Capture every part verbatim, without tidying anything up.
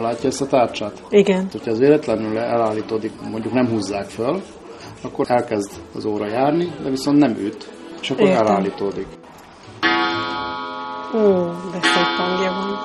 látja ezt a tárcsát? Igen. Hogyha ez véletlenül elállítódik, mondjuk nem húzzák föl, akkor elkezd az óra járni, de viszont nem üt, és akkor Értem. elállítódik. Ó, de szép hangja van.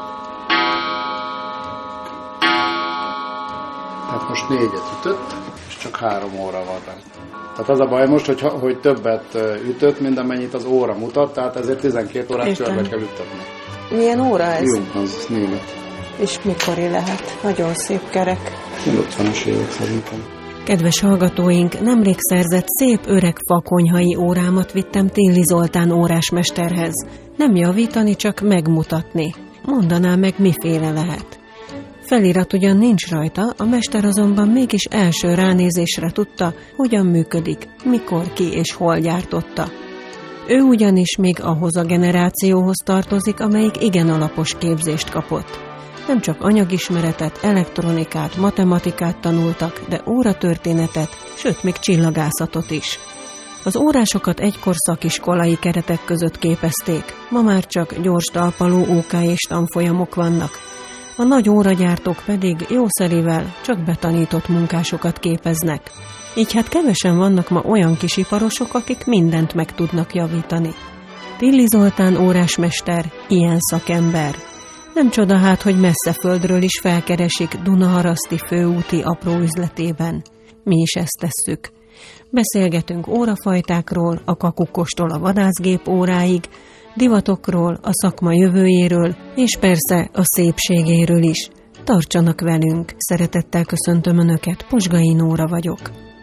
Tehát most négyet ütött, és csak három óra van rá. Tehát az a baj most, hogy, hogy többet ütött, mint amennyit az óra mutat, tehát ezért tizenkét órát körbe kell ütetni. Milyen óra ez? Jó, az német. És mikori lehet? Nagyon szép kerek. ötvenes évek szerintem. Kedves hallgatóink, nemrég szerzett szép öreg fakonyhai órámat vittem Tilli Zoltán órásmesterhez. Nem javítani, csak megmutatni. Mondaná meg, miféle lehet. Felirat ugyan nincs rajta, a mester azonban mégis első ránézésre tudta, hogyan működik, mikor, ki és hol gyártotta. Ő ugyanis még ahhoz a generációhoz tartozik, amelyik igen alapos képzést kapott. Nem csak anyagismeretet, elektronikát, matematikát tanultak, de óratörténetet, sőt még csillagászatot is. Az órásokat egykor szakiskolai keretek között képezték, ma már csak gyors talpaló ó ká és tanfolyamok vannak. A nagy óragyártók pedig jószerivel csak betanított munkásokat képeznek. Így hát kevesen vannak ma olyan kisiparosok, akik mindent meg tudnak javítani. Tilli Zoltán órásmester, ilyen szakember. Nem csoda hát, hogy messze földről is felkeresik Dunaharaszti főúti apró üzletében. Mi is ezt tesszük. Beszélgetünk órafajtákról, a kakukostól a vadászgép óráig, divatokról, a szakma jövőjéről, és persze a szépségéről is. Tartsanak velünk! Szeretettel köszöntöm Önöket, Posgai Nóra vagyok.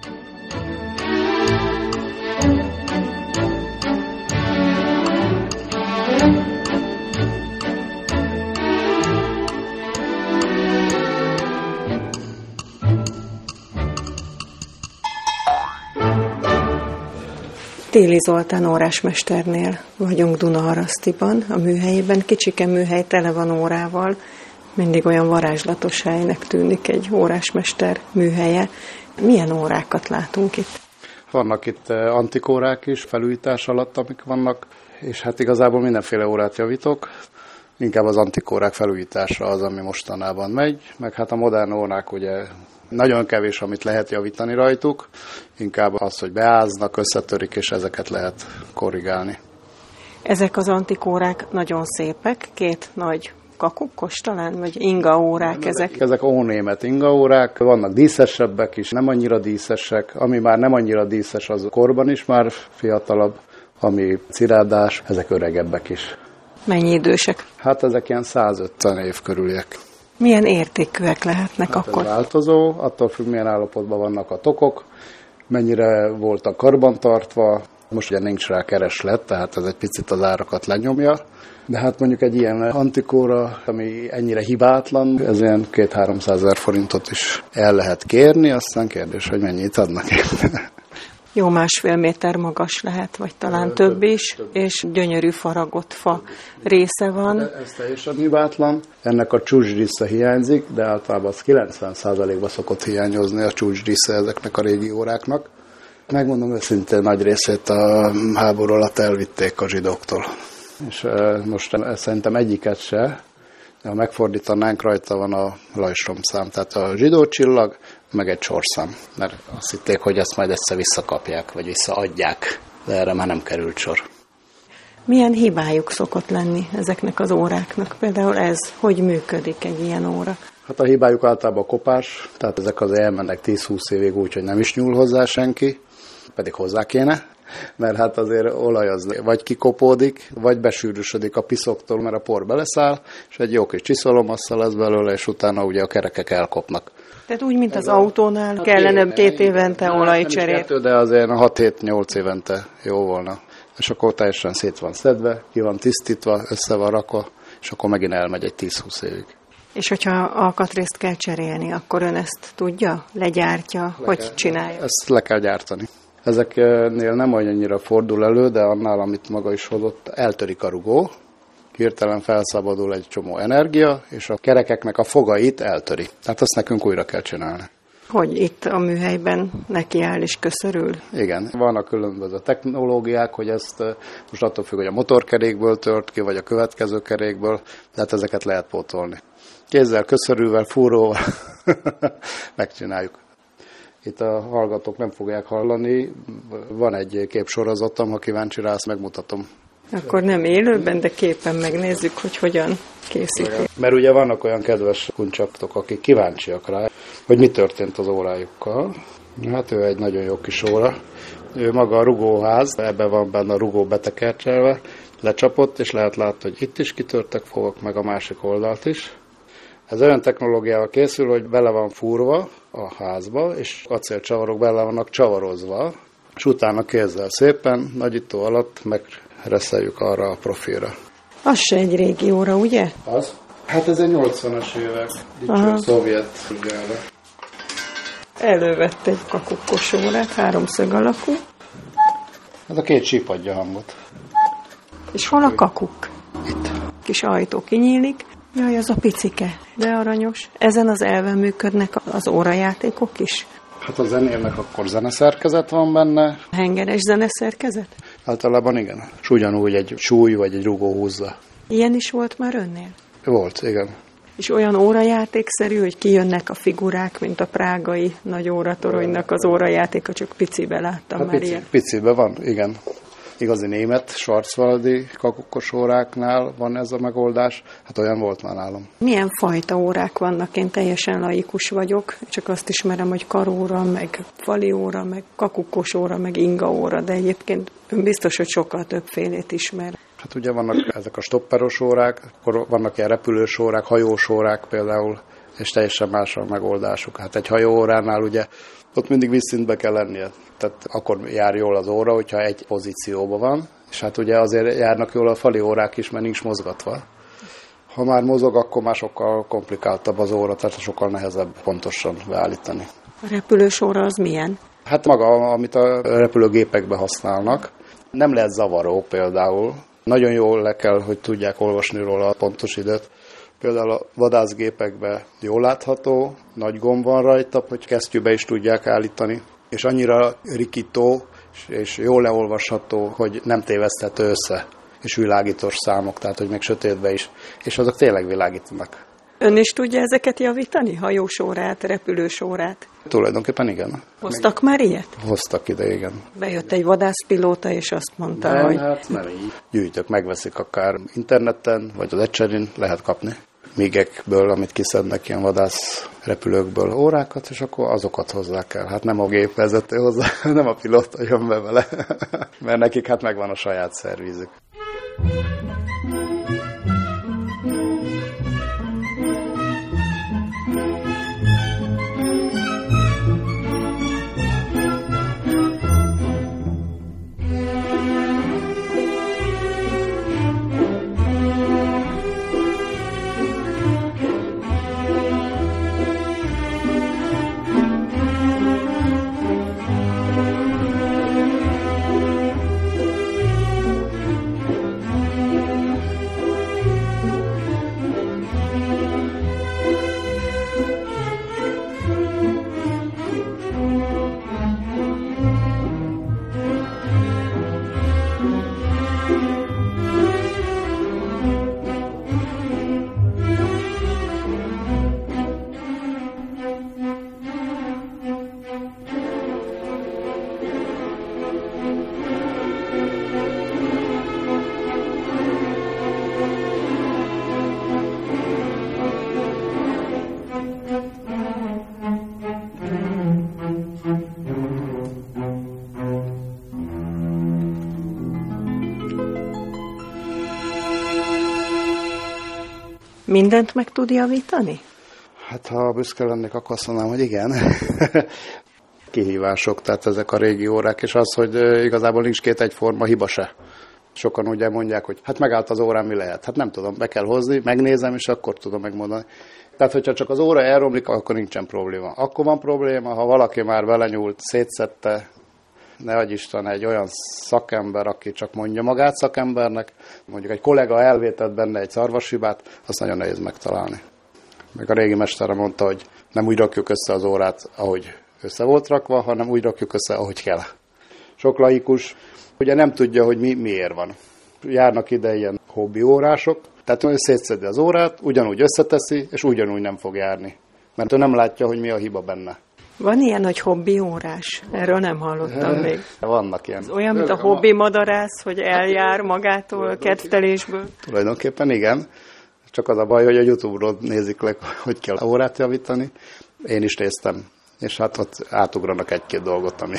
Tilli Zoltán órásmesternél vagyunk Dunaharasztiban, a műhelyében. Kicsike műhely, tele van órával. Mindig olyan varázslatos helynek tűnik egy órásmester műhelye. Milyen órákat látunk itt? Vannak itt antik órák is, felújítás alatt, amik vannak, és hát igazából mindenféle órát javítok. Inkább az antik órák felújítása az, ami mostanában megy, meg hát a modern órák ugye nagyon kevés, amit lehet javítani rajtuk, inkább az, hogy beáznak, összetörik, és ezeket lehet korrigálni. Ezek az antik órák nagyon szépek, két nagy kakukkos talán, vagy inga órák nem, ezek? Ezek, ezek ónémet inga órák, vannak díszesebbek is, nem annyira díszesek, ami már nem annyira díszes, az korban is már fiatalabb, ami cirádás, ezek öregebbek is. Mennyi idősek? Hát ezek ilyen százötven év körüliek. Milyen értékűek lehetnek hát akkor? Ez változó, attól függ, milyen állapotban vannak a tokok, mennyire voltak karbantartva, most ugye nincs rá kereslet, tehát ez egy picit az árakat lenyomja, de hát mondjuk egy ilyen antikóra, ami ennyire hibátlan, ez ilyen két-háromszázezer forintot is el lehet kérni, aztán kérdés, hogy mennyit adnak. Jó másfél méter magas lehet, vagy talán több, több is, több. És gyönyörű faragott fa része van. De ez teljesen hibátlan. Ennek a csúcsdísze hiányzik, de általában az kilencven százalékban szokott hiányozni a csúcsdísze ezeknek a régi óráknak. Megmondom őszintén, nagy részét a háború alatt elvitték a zsidóktól. És most szerintem egyiket se, de ha megfordítanánk, rajta van a lajstromszám, tehát a zsidó csillag, meg egy sorszám, mert azt hitték, hogy ezt majd egyszer visszakapják, vagy visszaadják, de erre már nem került sor. Milyen hibájuk szokott lenni ezeknek az óráknak? Például ez, hogy működik egy ilyen óra? Hát a hibájuk általában a kopás, tehát ezek az elmennek tíz-húsz évig úgy, hogy nem is nyúl hozzá senki, pedig hozzá kéne, mert hát azért olaj az vagy kikopódik, vagy besűrűsödik a piszoktól, mert a por beleszáll, és egy jó kis csiszolomassza lesz belőle, és utána ugye a kerekek elkopnak. Tehát úgy, mint az autónál, kellene két évente olajcserét. De azért hat-hét-nyolc évente jó volna. És akkor teljesen szét van szedve, ki van tisztítva, össze van rakva, és akkor megint elmegy egy tíz-húsz évig. És hogyha alkatrészt kell cserélni, akkor ön ezt tudja, legyártja, le hogy kell, csinálja? Ezt le kell gyártani. Ezeknél nem annyira fordul elő, de annál, amit maga is hozott, eltörik a rugó, hirtelen felszabadul egy csomó energia, és a kerekeknek a fogait eltöri. Tehát azt nekünk újra kell csinálni. Hogy itt a műhelyben nekiáll és köszörül? Igen, vannak különböző technológiák, hogy ezt most attól függ, hogy a motorkerékből tört ki, vagy a következő kerékből, tehát ezeket lehet pótolni. Kézzel, köszörűvel, fúróval megcsináljuk. Itt a hallgatók nem fogják hallani, van egy képsorozatom, ha kíváncsi rá, azt megmutatom. Akkor nem élőben, de képen megnézzük, hogy hogyan készítik. Mert ugye vannak olyan kedves kuncsaktok, akik kíváncsiak rá, hogy mi történt az órájukkal. Hát ő egy nagyon jó kis óra. Ő maga a rugóház, ebben van benne a rugó betekercselve, lecsapott, és lehet látni, hogy itt is kitörtek fogak, meg a másik oldalt is. Ez olyan technológiával készül, hogy bele van fúrva a házba, és acélcsavarok bele vannak csavarozva, és utána kézzel szépen, nagyító alatt megreszeljük arra a profilra. Az se egy régi óra, ugye? Az? Hát ez egy nyolcvanas évek, dicső szovjet gyára. Elővett egy kakukkos órát, háromszög alakú. Hát a két síp adja hangot. És hol a kakuk? Itt. Kis ajtó kinyílik. Jaj, az a picike, de aranyos. Ezen az elven működnek az órajátékok is? Hát a zenélnek akkor zeneszerkezet van benne. Hengeres zeneszerkezet? Általában igen. És ugyanúgy egy súly vagy egy rugó húzza. Ilyen is volt már önnél? Volt, igen. És olyan órajátékszerű, hogy kijönnek a figurák, mint a prágai nagy óratoronynak az órajátéka, csak picibe láttam hát már pici, ilyen. Picibe van, igen. Igazi német, schwarzwaldi kakukkos óráknál van ez a megoldás, hát olyan volt már nálam. Milyen fajta órák vannak? Én teljesen laikus vagyok, csak azt ismerem, hogy karóra, meg fali óra, meg kakukkos óra, meg inga óra, de egyébként ön biztos, hogy sokkal többfélét ismer. Hát ugye vannak ezek a stopperos órák, akkor vannak ilyen repülős órák, hajós órák például, és teljesen más a megoldásuk. Hát egy hajóóránál ugye ott mindig vízszintbe kell lennie. Tehát akkor jár jól az óra, hogyha egy pozícióban van, és hát ugye azért járnak jól a fali órák is, mert nincs mozgatva. Ha már mozog, akkor már sokkal komplikáltabb az óra, tehát sokkal nehezebb pontosan beállítani. A repülős óra az milyen? Hát maga, amit a repülőgépekben használnak, nem lehet zavaró például. Nagyon jól le kell, hogy tudják olvasni róla a pontos időt. Például a vadászgépekben jól látható, nagy gomb van rajta, hogy kesztyűbe is tudják állítani, és annyira rikító és jól leolvasható, hogy nem téveszthető össze, és világítós számok, tehát hogy még sötétbe is, és azok tényleg világítanak. Ön is tudja ezeket javítani? Hajós órát, repülős órát? Tulajdonképpen igen. Hoztak már ilyet? Hoztak ide, igen. Bejött egy vadászpilóta, és azt mondta, nem, hogy... hát nem így. Gyűjtök, megveszik akár interneten, vagy az ecserin lehet kapni. Migekből, amit kiszednek ilyen vadász repülőkből órákat, és akkor azokat hozzák el. Hát nem a gépvezető hozzá, nem a pilóta jön be vele, mert nekik hát megvan a saját szervízük. Mindent meg tud javítani? Hát ha büszke lennék, akkor azt mondanám, hogy igen. Kihívások, tehát ezek a régi órák, és az, hogy igazából nincs két egyforma, hiba se. Sokan ugye mondják, hogy hát megállt az órám, mi lehet? Hát nem tudom, be kell hozni, megnézem, és akkor tudom megmondani. Tehát, hogyha csak az óra elromlik, akkor nincsen probléma. Akkor van probléma, ha valaki már belenyúlt, szétszette, ne adj Isten, egy olyan szakember, aki csak mondja magát szakembernek, mondjuk egy kollega elvétett benne egy szarvashibát, azt nagyon nehéz megtalálni. Meg a régi mestere mondta, hogy nem úgy rakjuk össze az órát, ahogy össze volt rakva, hanem úgy rakjuk össze, ahogy kell. Sok laikus ugye nem tudja, hogy mi miért van. Járnak ide ilyen hobbi órások, Tehát ő szétszedi az órát, ugyanúgy összeteszi, és ugyanúgy nem fog járni. Mert ő nem látja, hogy mi a hiba benne. Van ilyen, hogy hobbi órás? Erről nem hallottam még. Vannak ilyen. Ez olyan, mint a hobbi madarász, hogy eljár magától, kedvtelésből? Tulajdonképpen igen. Csak az a baj, hogy a YouTube-ról nézik le, hogy kell órát javítani. Én is néztem. És hát ott átugranak egy-két dolgot, ami,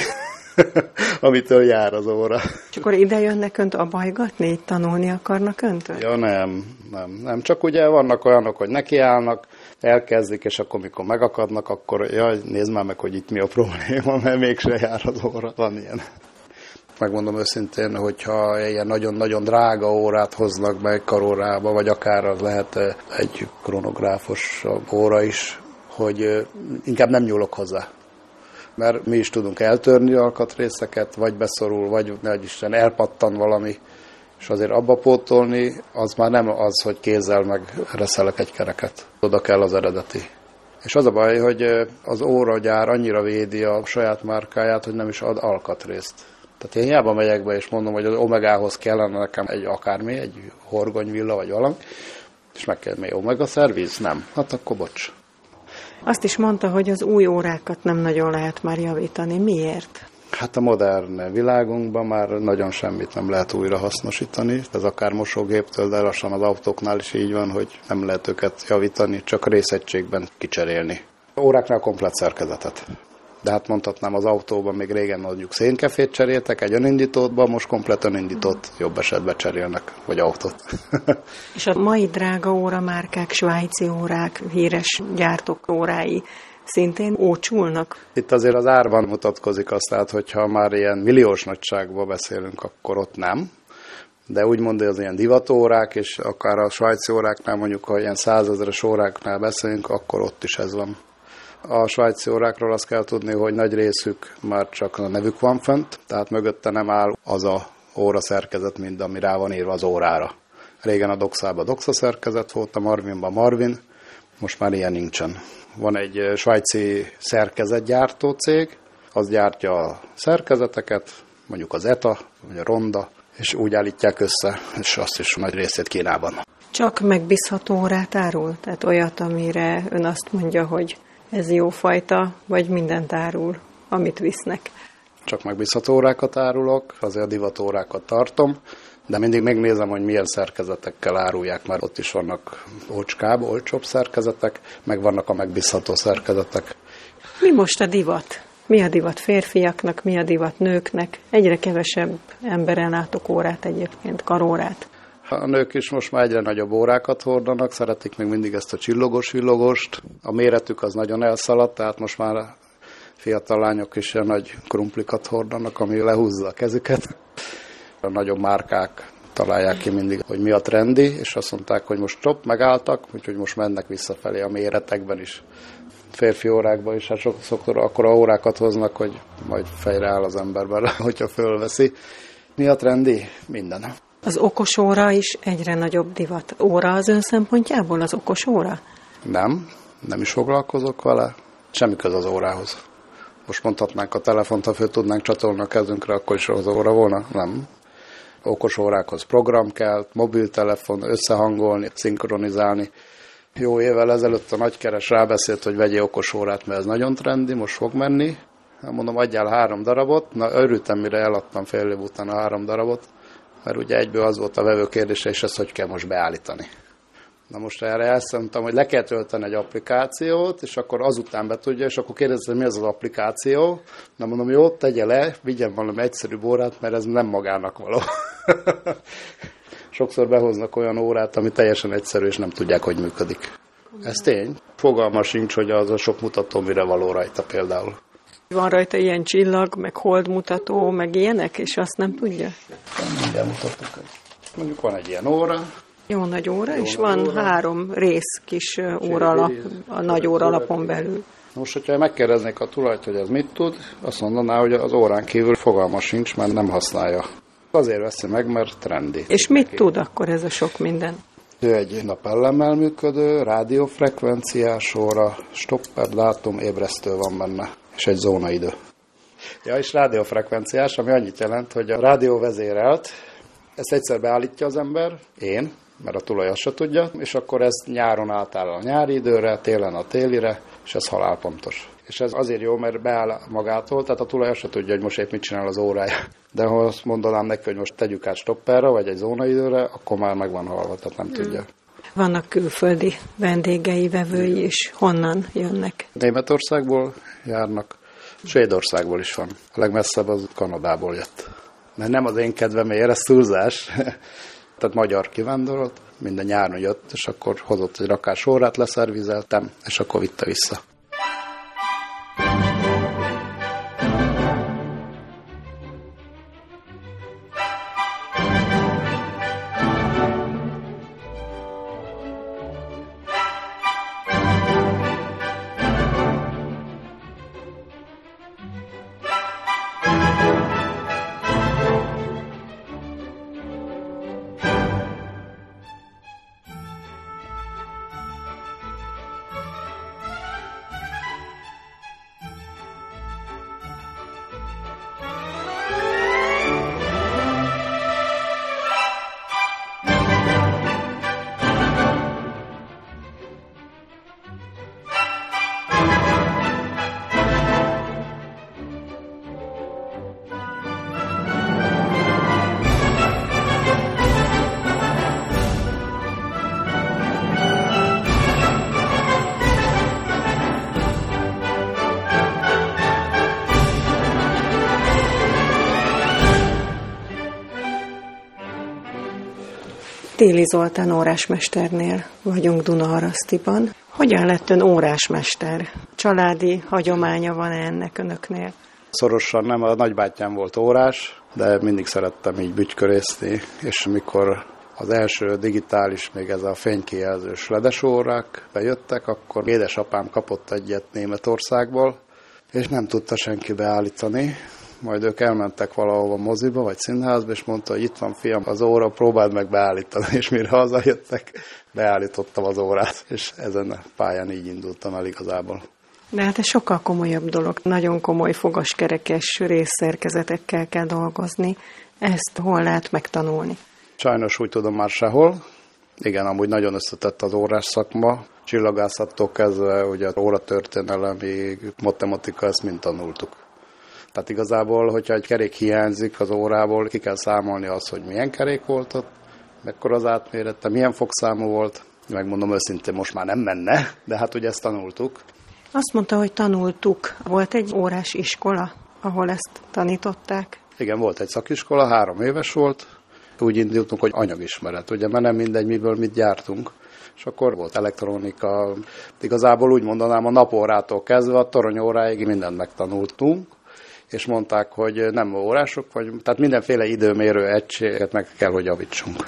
amitől jár az óra. És akkor ide jönnek önt abajgatni, így tanulni akarnak öntől? Ja nem, nem, nem. Csak ugye vannak olyanok, hogy nekiállnak, elkezdik, és akkor mikor megakadnak, akkor jaj, nézd már meg, hogy itt mi a probléma, mert mégse jár az óra. Van ilyen. Megmondom őszintén, hogyha ilyen nagyon-nagyon drága órát hoznak be karórába, vagy akár az lehet egy kronográfos óra is, hogy inkább nem nyúlok hozzá. Mert mi is tudunk eltörni alkatrészeket, vagy beszorul, vagy nehogy Isten elpattan valami, és azért abba pótolni, az már nem az, hogy kézzel megreszelek egy kereket. Oda kell az eredeti. És az a baj, hogy az óragyár annyira védi a saját márkáját, hogy nem is ad alkatrészt. Tehát én hiába megyek be, és mondom, hogy az Omegához kellene nekem egy akármi, egy horgonyvilla, vagy valami, és meg kell, mi Omega szerviz? Nem. Hát akkor bocs. Azt is mondta, hogy az új órákat nem nagyon lehet már javítani. Miért? Hát a modern világunkban már nagyon semmit nem lehet újra hasznosítani. Ez akár mosógéptől, de lassan az autóknál is így van, hogy nem lehet őket javítani, csak részegységben kicserélni. A óráknál komplet szerkezetet. De hát mondhatnám, az autóban még régen mondjuk szénkefét cseréltek, egy önindítótban, most komplet önindítót jobb esetben cserélnek, vagy autót. És a mai drága óramárkák, svájci órák, híres gyártók órái szintén ócsulnak? Itt azért az árban mutatkozik azt, tehát hogyha már ilyen milliós nagyságban beszélünk, akkor ott nem. De úgymond az ilyen divatórák, és akár a svájci óráknál, mondjuk ha ilyen százezeres óráknál beszélünk, akkor ott is ez van. A svájci órákról azt kell tudni, hogy nagy részük már csak a nevük van fent, tehát mögötte nem áll az a óra szerkezet, mint ami rá van írva az órára. Régen a Doxában Doxa szerkezet volt, a Marvinban Marvin, most már ilyen nincsen. Van egy svájci szerkezetgyártó cég, az gyártja a szerkezeteket, mondjuk az e té á, vagy a Ronda, és úgy állítják össze, és azt is nagy részét Kínában. Csak megbízható órát árul? Tehát olyat, amire ön azt mondja, hogy ez jó fajta, vagy mindent árul, amit visznek? Csak megbízható órákat árulok, azért a divatórákat tartom, de mindig megnézem, hogy milyen szerkezetekkel árulják, mert ott is vannak olcskább, olcsóbb szerkezetek, meg vannak a megbízható szerkezetek. Mi most a divat? Mi a divat férfiaknak, mi a divat nőknek? Egyre kevesebb emberen látok órát egyébként, karórát. A nők is most már egyre nagyobb órákat hordanak, szeretik még mindig ezt a csillogos-villogóst. A méretük az nagyon elszaladt, tehát most már a fiatal lányok is ilyen nagy krumplikat hordanak, ami lehúzza a kezüket. A nagyobb márkák találják ki mindig, hogy mi a trendi, és azt mondták, hogy most stop, megálltak, úgyhogy most mennek visszafelé a méretekben is. Férfi órákban is, hát sokszor akkora órákat hoznak, hogy majd fejre áll az emberben, hogyha fölveszi. Mi a trendi? Minden. Az okos óra is egyre nagyobb divat. Óra az ön szempontjából az okos óra? Nem, nem is foglalkozok vele. Semmi köz az órához. Most mondhatnánk a telefont, ha föl tudnánk csatolni a kezünkre, akkor is az óra volna? Nem. Okos órákhoz program kell, mobiltelefon, összehangolni, szinkronizálni. Jó évvel ezelőtt a nagykeres rábeszélt, hogy vegyél okos órát, mert ez nagyon trendi, most fog menni. Mondom, adjál három darabot. Na, örültem, mire eladtam fél év után a három darabot, mert ugye egyből az volt a vevő kérdése, és ezt hogy kell most beállítani. Na most erre azt mondtam, hogy le kell tölteni egy applikációt, és akkor azután be tudja, és akkor kérdezte, mi az az applikáció. Na mondom, jó, tegye le, vigyen valami egyszerűbb órát, mert ez nem magának való. Sokszor behoznak olyan órát, ami teljesen egyszerű, és nem tudják, hogy működik. Ez tény. Fogalma sincs, hogy az a sok mutató mire való rajta például. Van rajta ilyen csillag, meg holdmutató, meg ilyenek, és azt nem tudja? Mindjárt mutatok. Mondjuk van egy ilyen óra. Jó nagy óra, Jó és nagy van óra. három rész kis óralap a nagy óralapon belül. Most, hogyha megkérdeznék a tulajt, hogy ez mit tud, azt mondaná, hogy az órán kívül fogalma sincs, mert nem használja. Azért veszi meg, mert trendi. És mit tud akkor ez a sok minden? Ő egy napellemmel működő, rádiófrekvenciás óra, stopper, dátum, ébresztő van benne, és egy zónaidő. Ja, és rádiófrekvenciás, ami annyit jelent, hogy a rádió vezérelt, ezt egyszer beállítja az ember, én, mert a tulaj azt se tudja, és akkor ez nyáron átáll a nyári időre, télen a télire, és ez halálpontos. És ez azért jó, mert beáll magától, tehát a tulaj azt se tudja, hogy most épp mit csinál az órája. De ha azt mondanám neki, hogy most tegyük át stopperra, vagy egy zónaidőre, akkor már meg van halva, tehát nem hmm. tudja. Vannak külföldi vendégei, vevői is. Honnan jönnek? Németországból járnak, Svédországból is van. A legmesszebb az Kanadából jött. Mert nem az én kedvemért, ez túlzás. Tehát magyar kivándorolt, minden nyáron jött, és akkor hozott egy rakás órát, leszervizeltem, és akkor vitte vissza. Téli Zoltán órásmesternél vagyunk Dunaharasztiban. Hogyan lett ön órásmester? Családi hagyománya van-e ennek önöknél? Szorosan nem, a nagybátyám volt órás, de mindig szerettem így bütykörészni, és amikor az első digitális, még ez a fénykijelzős ledes órák bejöttek, akkor édesapám kapott egyet Németországból, és nem tudta senki beállítani. Majd ők elmentek valahova moziba, vagy színházba, és mondta, hogy itt van fiam az óra, próbáld meg beállítani. És mire hazajöttek, beállítottam az órát, és ezen a pályán így indultam el igazából. De hát ez sokkal komolyabb dolog. Nagyon komoly fogaskerekes részszerkezetekkel kell dolgozni. Ezt hol lehet megtanulni? Sajnos úgy tudom már sehol. Igen, amúgy nagyon összetett az órás szakma. Csillagászattól kezdve, ugye az óratörténelemig, matematika, ezt mind tanultuk. Tehát igazából, hogyha egy kerék hiányzik az órából, ki kell számolni azt, hogy milyen kerék volt ott, mekkora az átmérete, milyen fogszámú volt. Megmondom őszintén, most már nem menne, de hát ugye ezt tanultuk. Azt mondta, hogy tanultuk. Volt egy órás iskola, ahol ezt tanították? Igen, volt egy szakiskola, három éves volt. Úgy indultunk, hogy anyagismeret, ugye, mert nem mindegy, miből mit gyártunk. És akkor volt elektronika. Igazából úgy mondanám, a napórától kezdve a toronyóráig mindent megtanultunk. És mondták, hogy nem órások vagyunk, tehát mindenféle időmérő egységet meg kell, hogy javítsunk.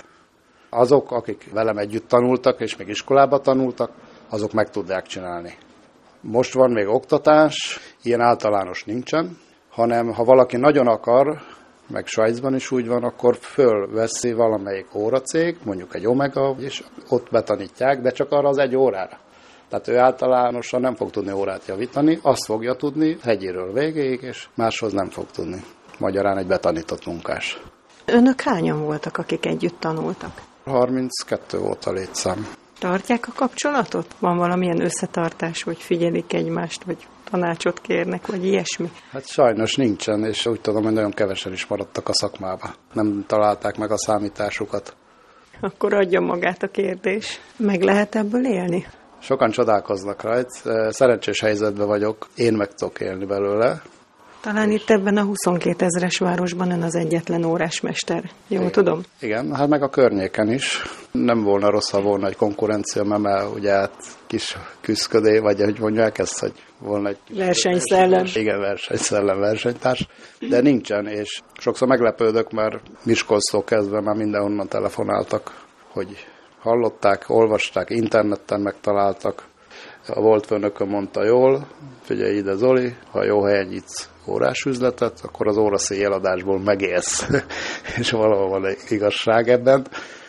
Azok, akik velem együtt tanultak, és még iskolába tanultak, azok meg tudják csinálni. Most van még oktatás, ilyen általános nincsen, hanem ha valaki nagyon akar, meg Svájcban is úgy van, akkor fölveszi valamelyik óracég, mondjuk egy Omega, és ott betanítják, de csak arra az egy órára. Tehát ő általánosan nem fog tudni órát javítani, azt fogja tudni hegyéről végéig, és máshoz nem fog tudni. Magyarán egy betanított munkás. Önök hányan voltak, akik együtt tanultak? harminckettő volt a létszám. Tartják a kapcsolatot? Van valamilyen összetartás, hogy figyelik egymást, vagy tanácsot kérnek, vagy ilyesmi? Hát sajnos nincsen, és úgy tudom, hogy nagyon kevesen is maradtak a szakmába. Nem találták meg a számításukat. Akkor adja magát a kérdés. Meg lehet ebből élni? Sokan csodálkoznak rajta. Szerencsés helyzetben vagyok, én meg tudok élni belőle. Talán itt ebben a huszonkét ezres városban ön az egyetlen órásmester. Jól Igen. tudom? Igen, hát meg a környéken is. Nem volna rossz, ha volna egy konkurencia, mert ugye hát kis küszködé, vagy hogy mondják ezt, hogy volna egy... Versenyszellem. Igen, versenyszellem, versenytárs. De nincsen, és sokszor meglepődök, mert Miskolctól kezdve már mindenhonnan telefonáltak, hogy hallották, olvasták, interneten megtaláltak. A volt főnököm mondta jól, figyelj ide Zoli, ha jó helyen nyitsz órásüzletet, akkor az óraszéj eladásból megélsz. És valahol van egy igazság ebben.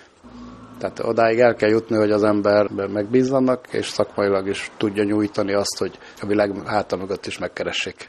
Tehát odáig el kell jutni, hogy az emberben megbízzanak, és szakmailag is tudja nyújtani azt, hogy a világ háta mögött is megkeressék.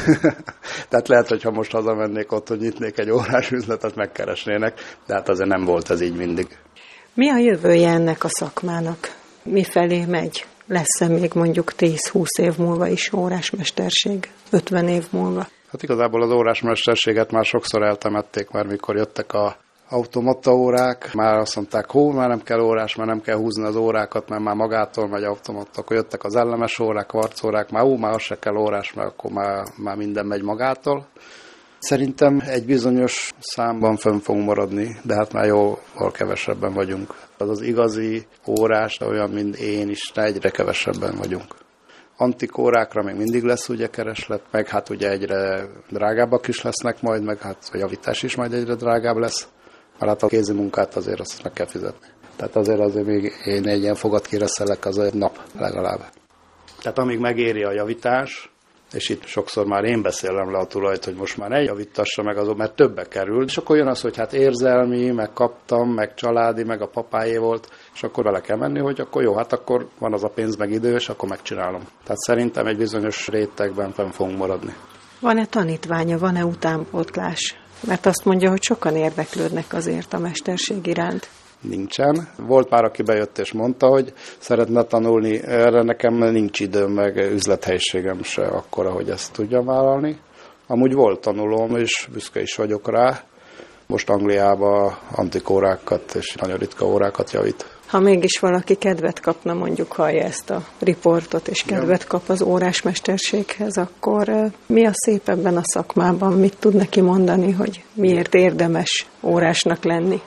Tehát lehet, hogy ha most hazamennék ott, hogy nyitnék egy órásüzletet, megkeresnének, de hát azért nem volt ez így mindig. Mi a jövője ennek a szakmának? Mifelé megy? Lesz-e még mondjuk tíz-húsz év múlva is órásmesterség? ötven év múlva? Hát igazából az órásmesterséget már sokszor eltemették, mert mikor jöttek a automata órák, már azt mondták, hú, már nem kell órás, már nem kell húzni az órákat, mert már magától megy automata. Akkor jöttek az ellemes órák, kvarcórák, már hú, már az se kell órás, mert akkor már, már minden megy magától. Szerintem egy bizonyos számban fönn fogunk maradni, de hát már jóval kevesebben vagyunk. Az az igazi órás, olyan, mint én is, egyre kevesebben vagyunk. Antik órákra még mindig lesz ugye kereslet, meg hát ugye egyre drágábbak is lesznek majd, meg hát a javítás is majd egyre drágább lesz, mert hát a kézi munkát azért azt meg kell fizetni. Tehát azért azért még én egy ilyen fogatkérészelek az egy nap legalább. Tehát amíg megéri a javítás, és itt sokszor már én beszélem le a tulajt, hogy most már ne javítassa meg azon, mert többe kerül, és akkor jön az, hogy hát érzelmi, meg kaptam, meg családi, meg a papájé volt, és akkor vele kell menni, hogy akkor jó, hát akkor van az a pénz meg idő, és akkor megcsinálom. Tehát szerintem egy bizonyos rétegben fenn fogunk maradni. Van-e tanítványa, van-e utánpótlás? Mert azt mondja, hogy sokan érdeklődnek azért a mesterség iránt. Nincsen. Volt pár, aki bejött és mondta, hogy szeretne tanulni, erre nekem nincs időm, meg üzlethelyiségem se akkora, hogy ezt tudjam vállalni. Amúgy volt tanulóm, és büszke is vagyok rá. Most Angliában antik órákat és nagyon ritka órákat javít. Ha mégis valaki kedvet kapna, mondjuk hallja ezt a riportot, és kedvet kap az órásmesterséghez, akkor mi a szép ebben a szakmában? Mit tud neki mondani, hogy miért érdemes órásnak lenni?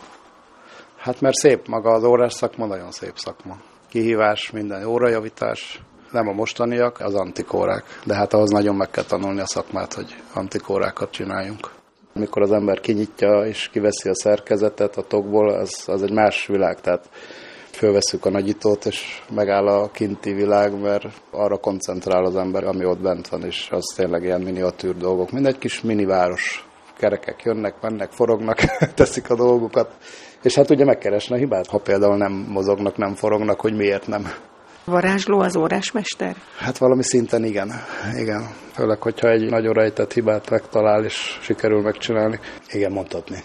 Hát mert szép maga az órás szakma, nagyon szép szakma. Kihívás, minden órajavítás, nem a mostaniak, az antik órák. De hát ahhoz nagyon meg kell tanulni a szakmát, hogy antik órákat csináljunk. Amikor az ember kinyitja és kiveszi a szerkezetet a tokból, az, az egy más világ. Tehát fölvesszük a nagyítót, és megáll a kinti világ, mert arra koncentrál az ember, ami ott bent van, és az tényleg ilyen miniatűr dolgok. Mindegy kis miniváros. Kerekek jönnek, mennek, forognak, teszik a dolgukat. És hát ugye megkeresne a hibát, ha például nem mozognak, nem forognak, hogy miért nem. Varázsló az órásmester? Hát valami szinten igen. Igen. Főleg, hogyha egy nagyon rejtett hibát megtalál, és sikerül megcsinálni. Igen, mondhatni.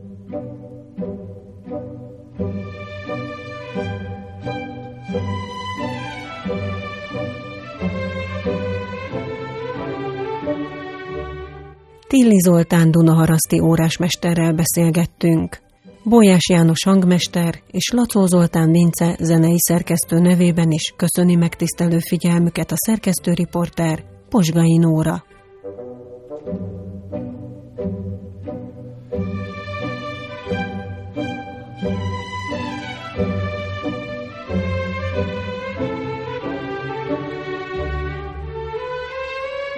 Tilli Zoltán dunaharaszti órásmesterrel beszélgettünk. Bolyás János hangmester és Lacó Zoltán Vince zenei szerkesztő nevében is köszöni megtisztelő figyelmüket a szerkesztőriporter, Posgai Nóra.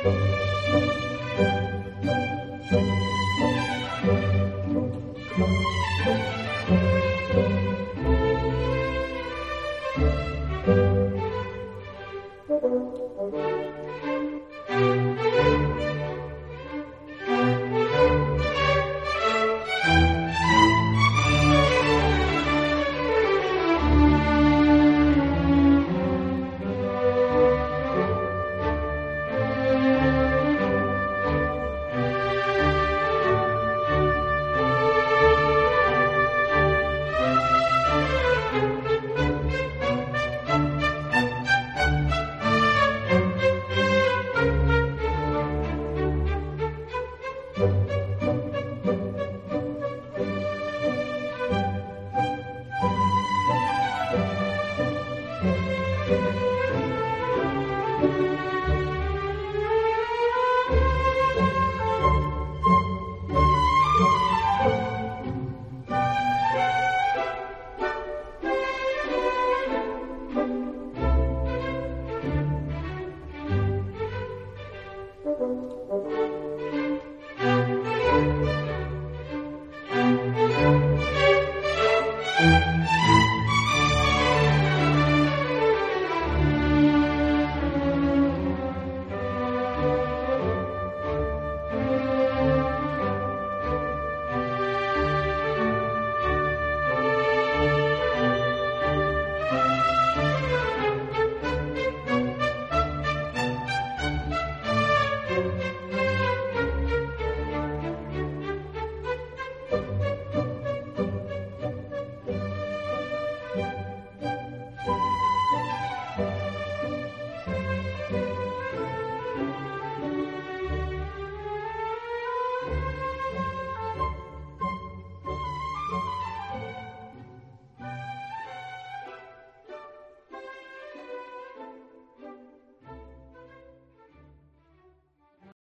Thank you.